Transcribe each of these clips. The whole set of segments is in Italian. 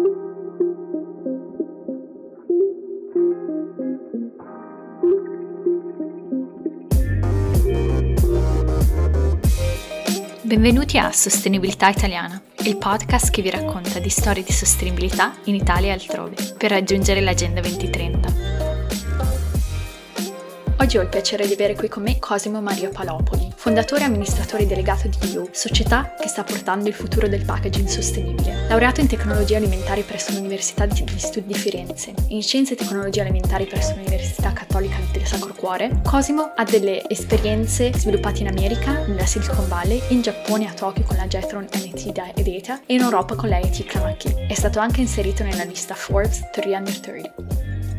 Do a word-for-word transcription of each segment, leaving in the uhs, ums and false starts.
Benvenuti a Sostenibilità Italiana, il podcast che vi racconta di storie di sostenibilità in Italia e altrove, per raggiungere l'Agenda duemilatrenta. Oggi ho il piacere di avere qui con me Cosimo Maria Palopoli, fondatore e amministratore delegato di You, società che sta portando il futuro del packaging sostenibile. Laureato in tecnologie alimentari presso l'Università degli Studi di Firenze e in scienze e tecnologie alimentari presso l'Università Cattolica del Sacro Cuore, Cosimo ha delle esperienze sviluppate in America, nella Silicon Valley, in Giappone a Tokyo con la Jetron N T Data e in Europa con l'I T Kamakki. È stato anche inserito nella lista Forbes trecentotrenta.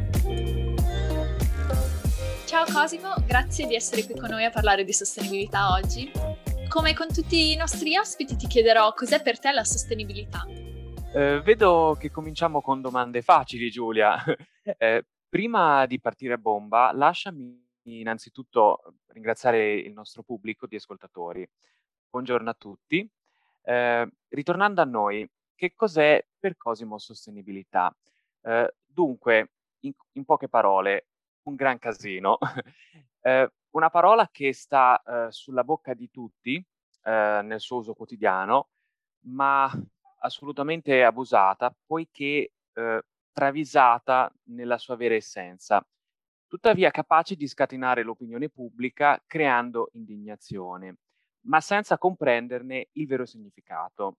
Ciao Cosimo, grazie di essere qui con noi a parlare di sostenibilità oggi. Come con tutti i nostri ospiti ti chiederò cos'è per te la sostenibilità. Eh, vedo che cominciamo con domande facili, Giulia. eh, prima di partire a bomba, lasciami innanzitutto ringraziare il nostro pubblico di ascoltatori. Buongiorno a tutti. Eh, ritornando a noi, che cos'è per Cosimo sostenibilità? Eh, dunque, in, in poche parole, un gran casino. eh, una parola che sta eh, sulla bocca di tutti eh, nel suo uso quotidiano, ma assolutamente abusata, poiché eh, travisata nella sua vera essenza, tuttavia capace di scatenare l'opinione pubblica creando indignazione, ma senza comprenderne il vero significato.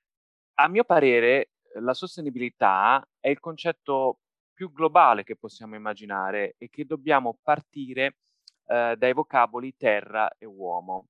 A mio parere, la sostenibilità è il concetto più globale che possiamo immaginare e che dobbiamo partire eh, dai vocaboli terra e uomo,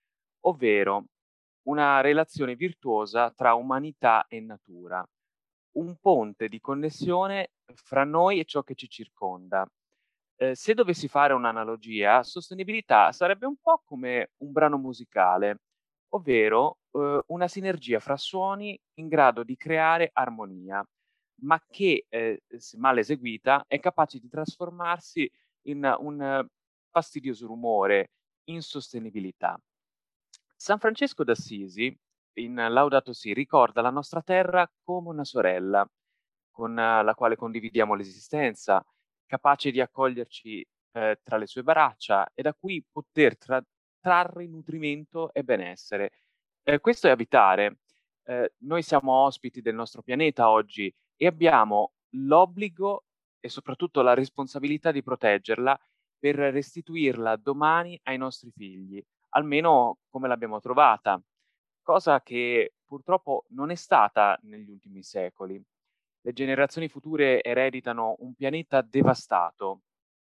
ovvero una relazione virtuosa tra umanità e natura, un ponte di connessione fra noi e ciò che ci circonda. Eh, se dovessi fare un'analogia, sostenibilità sarebbe un po' come un brano musicale, ovvero eh, una sinergia fra suoni in grado di creare armonia, ma che, eh, se mal eseguita, è capace di trasformarsi in un eh, fastidioso rumore, insostenibilità. San Francesco d'Assisi, in Laudato Si, ricorda la nostra terra come una sorella, con eh, la quale condividiamo l'esistenza, capace di accoglierci eh, tra le sue braccia e da cui poter tra- trarre nutrimento e benessere. Eh, questo è abitare. Eh, noi siamo ospiti del nostro pianeta oggi e abbiamo l'obbligo e soprattutto la responsabilità di proteggerla per restituirla domani ai nostri figli, almeno come l'abbiamo trovata, cosa che purtroppo non è stata negli ultimi secoli. Le generazioni future ereditano un pianeta devastato.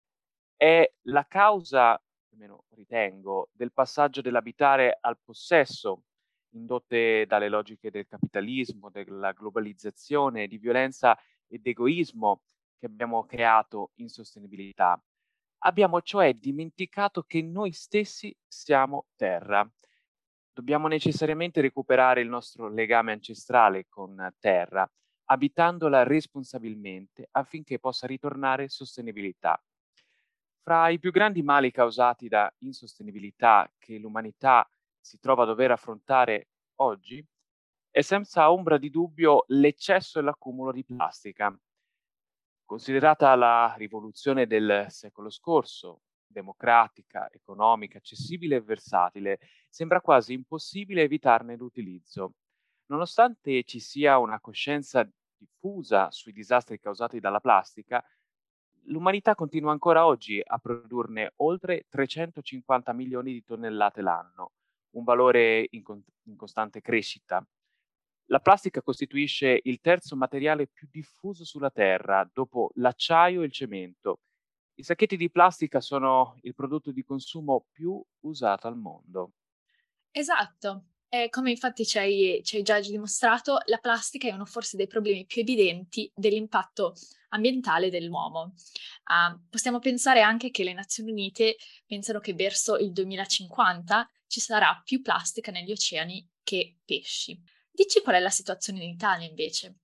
È la causa, almeno ritengo, del passaggio dell'abitare al possesso, indotte dalle logiche del capitalismo, della globalizzazione, di violenza ed egoismo che abbiamo creato in sostenibilità. Abbiamo cioè dimenticato che noi stessi siamo terra. Dobbiamo necessariamente recuperare il nostro legame ancestrale con terra, abitandola responsabilmente affinché possa ritornare sostenibilità. Fra i più grandi mali causati da insostenibilità che l'umanità si trova a dover affrontare oggi è senza ombra di dubbio l'eccesso e l'accumulo di plastica. Considerata la rivoluzione del secolo scorso, democratica, economica, accessibile e versatile, sembra quasi impossibile evitarne l'utilizzo. Nonostante ci sia una coscienza diffusa sui disastri causati dalla plastica, l'umanità continua ancora oggi a produrne oltre trecentocinquanta milioni di tonnellate l'anno, un valore in, con- in costante crescita. La plastica costituisce il terzo materiale più diffuso sulla Terra, dopo l'acciaio e il cemento. I sacchetti di plastica sono il prodotto di consumo più usato al mondo. Esatto, e come infatti ci hai, ci hai già dimostrato, la plastica è uno forse dei problemi più evidenti dell'impatto ambientale dell'uomo. Ah, possiamo pensare anche che le Nazioni Unite pensano che verso il duemilacinquanta ci sarà più plastica negli oceani che pesci. Dici qual è la situazione in Italia invece?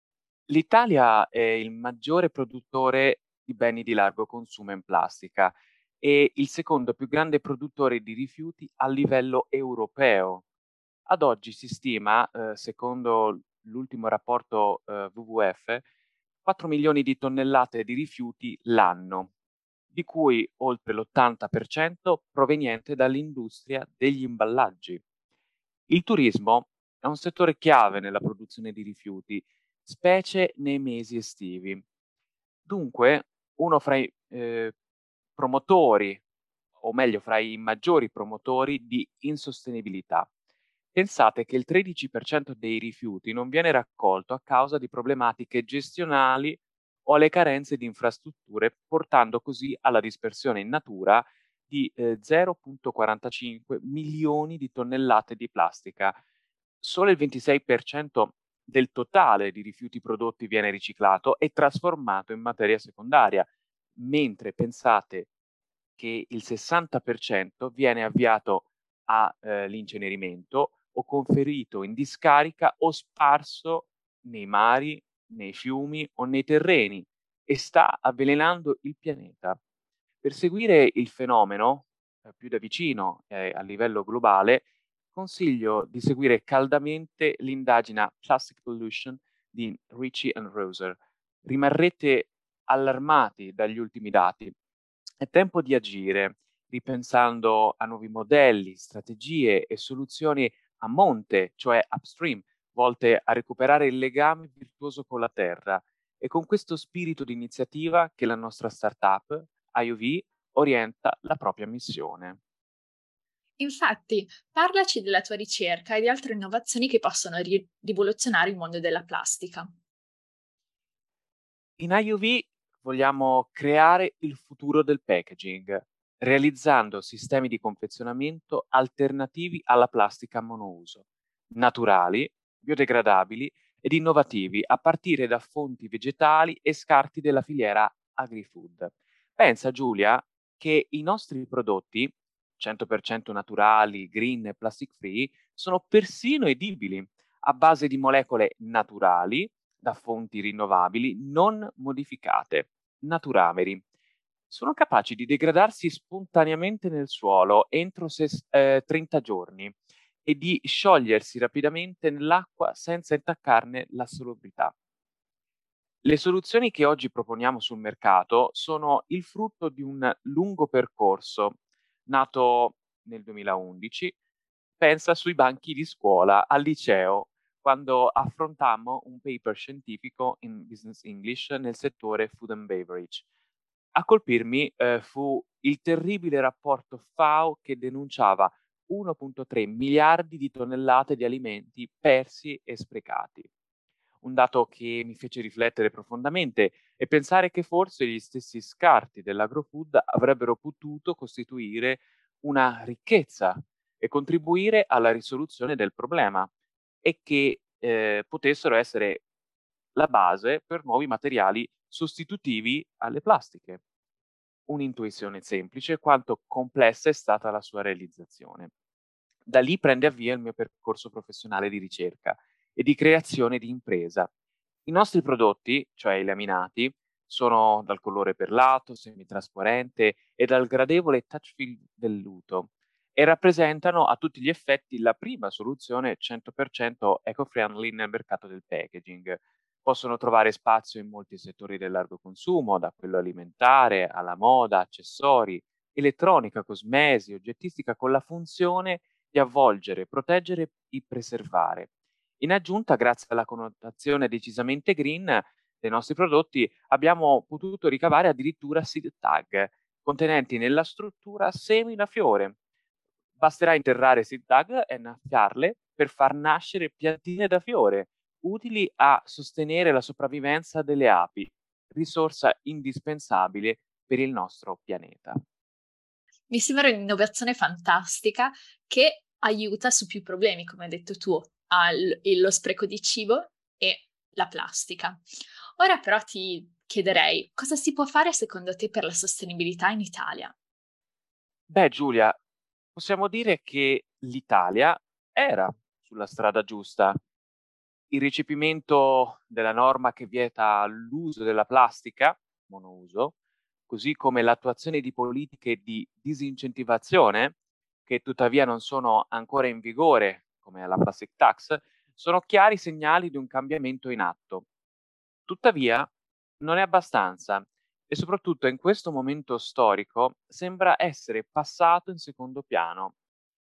L'Italia è il maggiore produttore di beni di largo consumo in plastica e il secondo più grande produttore di rifiuti a livello europeo. Ad oggi si stima, eh, secondo l'ultimo rapporto eh, W W F, quattro milioni di tonnellate di rifiuti l'anno, di cui oltre l'ottanta per cento proveniente dall'industria degli imballaggi. Il turismo è un settore chiave nella produzione di rifiuti, specie nei mesi estivi. Dunque, uno fra i eh, promotori, o meglio, fra i maggiori promotori di insostenibilità. Pensate che il tredici per cento dei rifiuti non viene raccolto a causa di problematiche gestionali o alle carenze di infrastrutture, portando così alla dispersione in natura di eh, zero virgola quarantacinque milioni di tonnellate di plastica. Solo il ventisei per cento del totale di rifiuti prodotti viene riciclato e trasformato in materia secondaria, mentre pensate che il sessanta per cento viene avviato all'incenerimento o conferito in discarica o sparso nei mari, nei fiumi o nei terreni e sta avvelenando il pianeta. Per seguire il fenomeno eh, più da vicino eh, a livello globale, consiglio di seguire caldamente l'indagine Plastic Pollution di Ritchie and Roser. Rimarrete allarmati dagli ultimi dati. È tempo di agire, ripensando a nuovi modelli, strategie e soluzioni a monte, cioè upstream, volte a recuperare il legame virtuoso con la terra. E con questo spirito di iniziativa che la nostra startup, I O V, orienta la propria missione. Infatti, parlaci della tua ricerca e di altre innovazioni che possono ri- rivoluzionare il mondo della plastica. In I O V vogliamo creare il futuro del packaging, realizzando sistemi di confezionamento alternativi alla plastica monouso, naturali, biodegradabili ed innovativi a partire da fonti vegetali e scarti della filiera agri-food. Pensa Giulia che i nostri prodotti, cento per cento naturali, green e plastic free, sono persino edibili a base di molecole naturali da fonti rinnovabili non modificate, naturameri. Sono capaci di degradarsi spontaneamente nel suolo entro ses- eh, trenta giorni e di sciogliersi rapidamente nell'acqua senza intaccarne la solubilità. Le soluzioni che oggi proponiamo sul mercato sono il frutto di un lungo percorso nato nel duemilaundici, pensa sui banchi di scuola al liceo, quando affrontammo un paper scientifico in Business English nel settore food and beverage. A colpirmi eh, fu il terribile rapporto FAO che denunciava uno virgola tre miliardi di tonnellate di alimenti persi e sprecati. Un dato che mi fece riflettere profondamente e pensare che forse gli stessi scarti dell'agrofood avrebbero potuto costituire una ricchezza e contribuire alla risoluzione del problema e che eh, potessero essere la base per nuovi materiali sostitutivi alle plastiche. Un'intuizione semplice quanto complessa è stata la sua realizzazione. Da lì prende avvio il mio percorso professionale di ricerca e di creazione di impresa. I nostri prodotti, cioè i laminati, sono dal colore perlato, semitrasparente e dal gradevole touch feel velluto e rappresentano a tutti gli effetti la prima soluzione cento per cento eco-friendly nel mercato del packaging. Possono trovare spazio in molti settori del largo consumo, da quello alimentare alla moda, accessori, elettronica, cosmesi, oggettistica, con la funzione di avvolgere, proteggere e preservare. In aggiunta, grazie alla connotazione decisamente green dei nostri prodotti, abbiamo potuto ricavare addirittura seed tag contenenti nella struttura semi da fiore. Basterà interrare seed tag e innaffiarle per far nascere piantine da fiore, utili a sostenere la sopravvivenza delle api, risorsa indispensabile per il nostro pianeta. Mi sembra un'innovazione fantastica che aiuta su più problemi, come hai detto tu, al- il- lo spreco di cibo e la plastica. Ora però ti chiederei cosa si può fare secondo te per la sostenibilità in Italia? Beh, Giulia, possiamo dire che l'Italia era sulla strada giusta. Il recepimento della norma che vieta l'uso della plastica monouso, così come l'attuazione di politiche di disincentivazione, che tuttavia non sono ancora in vigore, come la plastic tax, sono chiari segnali di un cambiamento in atto. Tuttavia, non è abbastanza e soprattutto in questo momento storico sembra essere passato in secondo piano.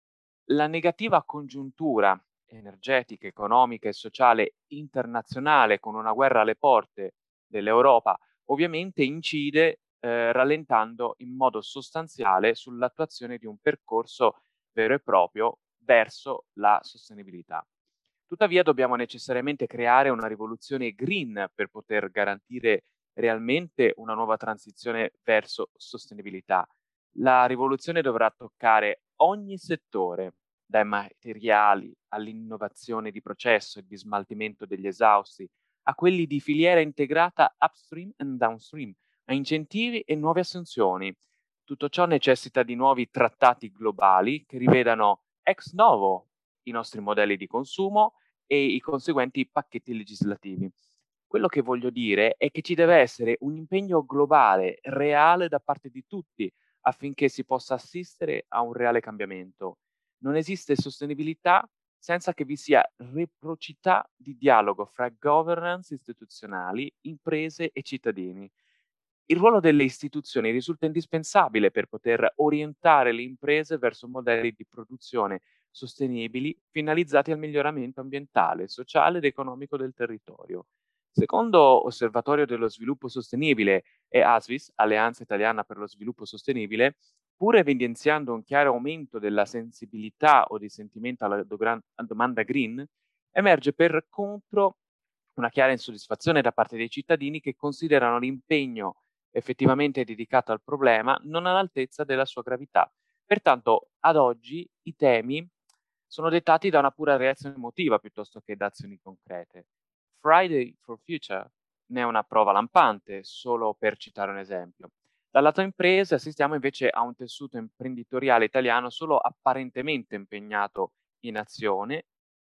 La negativa congiuntura energetica, economica e sociale internazionale, con una guerra alle porte dell'Europa, ovviamente incide eh, rallentando in modo sostanziale sull'attuazione di un percorso vero e proprio verso la sostenibilità. Tuttavia dobbiamo necessariamente creare una rivoluzione green per poter garantire realmente una nuova transizione verso sostenibilità. La rivoluzione dovrà toccare ogni settore, dai materiali all'innovazione di processo e di smaltimento degli esausti, a quelli di filiera integrata upstream and downstream, a incentivi e nuove assunzioni. Tutto ciò necessita di nuovi trattati globali che rivedano ex novo i nostri modelli di consumo e i conseguenti pacchetti legislativi. Quello che voglio dire è che ci deve essere un impegno globale, reale da parte di tutti, affinché si possa assistere a un reale cambiamento. Non esiste sostenibilità senza che vi sia reciprocità di dialogo fra governance istituzionali, imprese e cittadini. Il ruolo delle istituzioni risulta indispensabile per poter orientare le imprese verso modelli di produzione sostenibili finalizzati al miglioramento ambientale, sociale ed economico del territorio. Secondo Osservatorio dello Sviluppo Sostenibile e A S V I S, Alleanza Italiana per lo Sviluppo Sostenibile, pur evidenziando un chiaro aumento della sensibilità o di sentimento alla dogra- domanda green, emerge per contro una chiara insoddisfazione da parte dei cittadini che considerano l'impegno effettivamente dedicato al problema non all'altezza della sua gravità. Pertanto, ad oggi, i temi sono dettati da una pura reazione emotiva piuttosto che da azioni concrete. Friday for Future ne è una prova lampante, solo per citare un esempio. Dal lato imprese assistiamo invece a un tessuto imprenditoriale italiano solo apparentemente impegnato in azione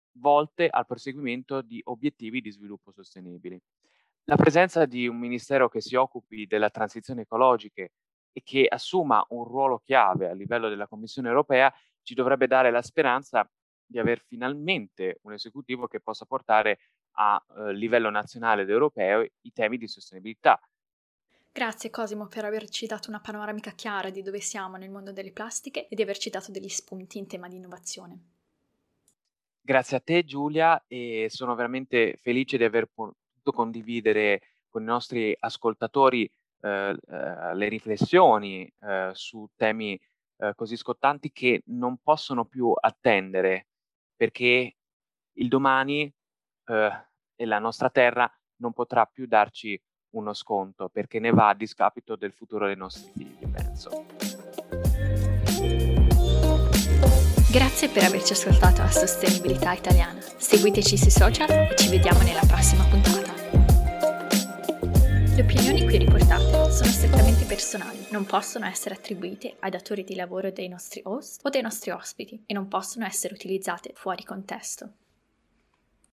volte al perseguimento di obiettivi di sviluppo sostenibili. La presenza di un ministero che si occupi della transizione ecologica e che assuma un ruolo chiave a livello della Commissione europea ci dovrebbe dare la speranza di aver finalmente un esecutivo che possa portare a eh, livello nazionale ed europeo i temi di sostenibilità. Grazie Cosimo per averci dato una panoramica chiara di dove siamo nel mondo delle plastiche e di averci dato degli spunti in tema di innovazione. Grazie a te Giulia e sono veramente felice di aver potuto condividere con i nostri ascoltatori eh, eh, le riflessioni eh, su temi eh, così scottanti che non possono più attendere perché il domani eh, e la nostra terra non potrà più darci uno sconto perché ne va a discapito del futuro dei nostri figli, penso. Grazie per averci ascoltato a Sostenibilità Italiana. Seguiteci sui social e ci vediamo nella prossima puntata. Le opinioni qui riportate sono strettamente personali, non possono essere attribuite ai datori di lavoro dei nostri host o dei nostri ospiti e non possono essere utilizzate fuori contesto.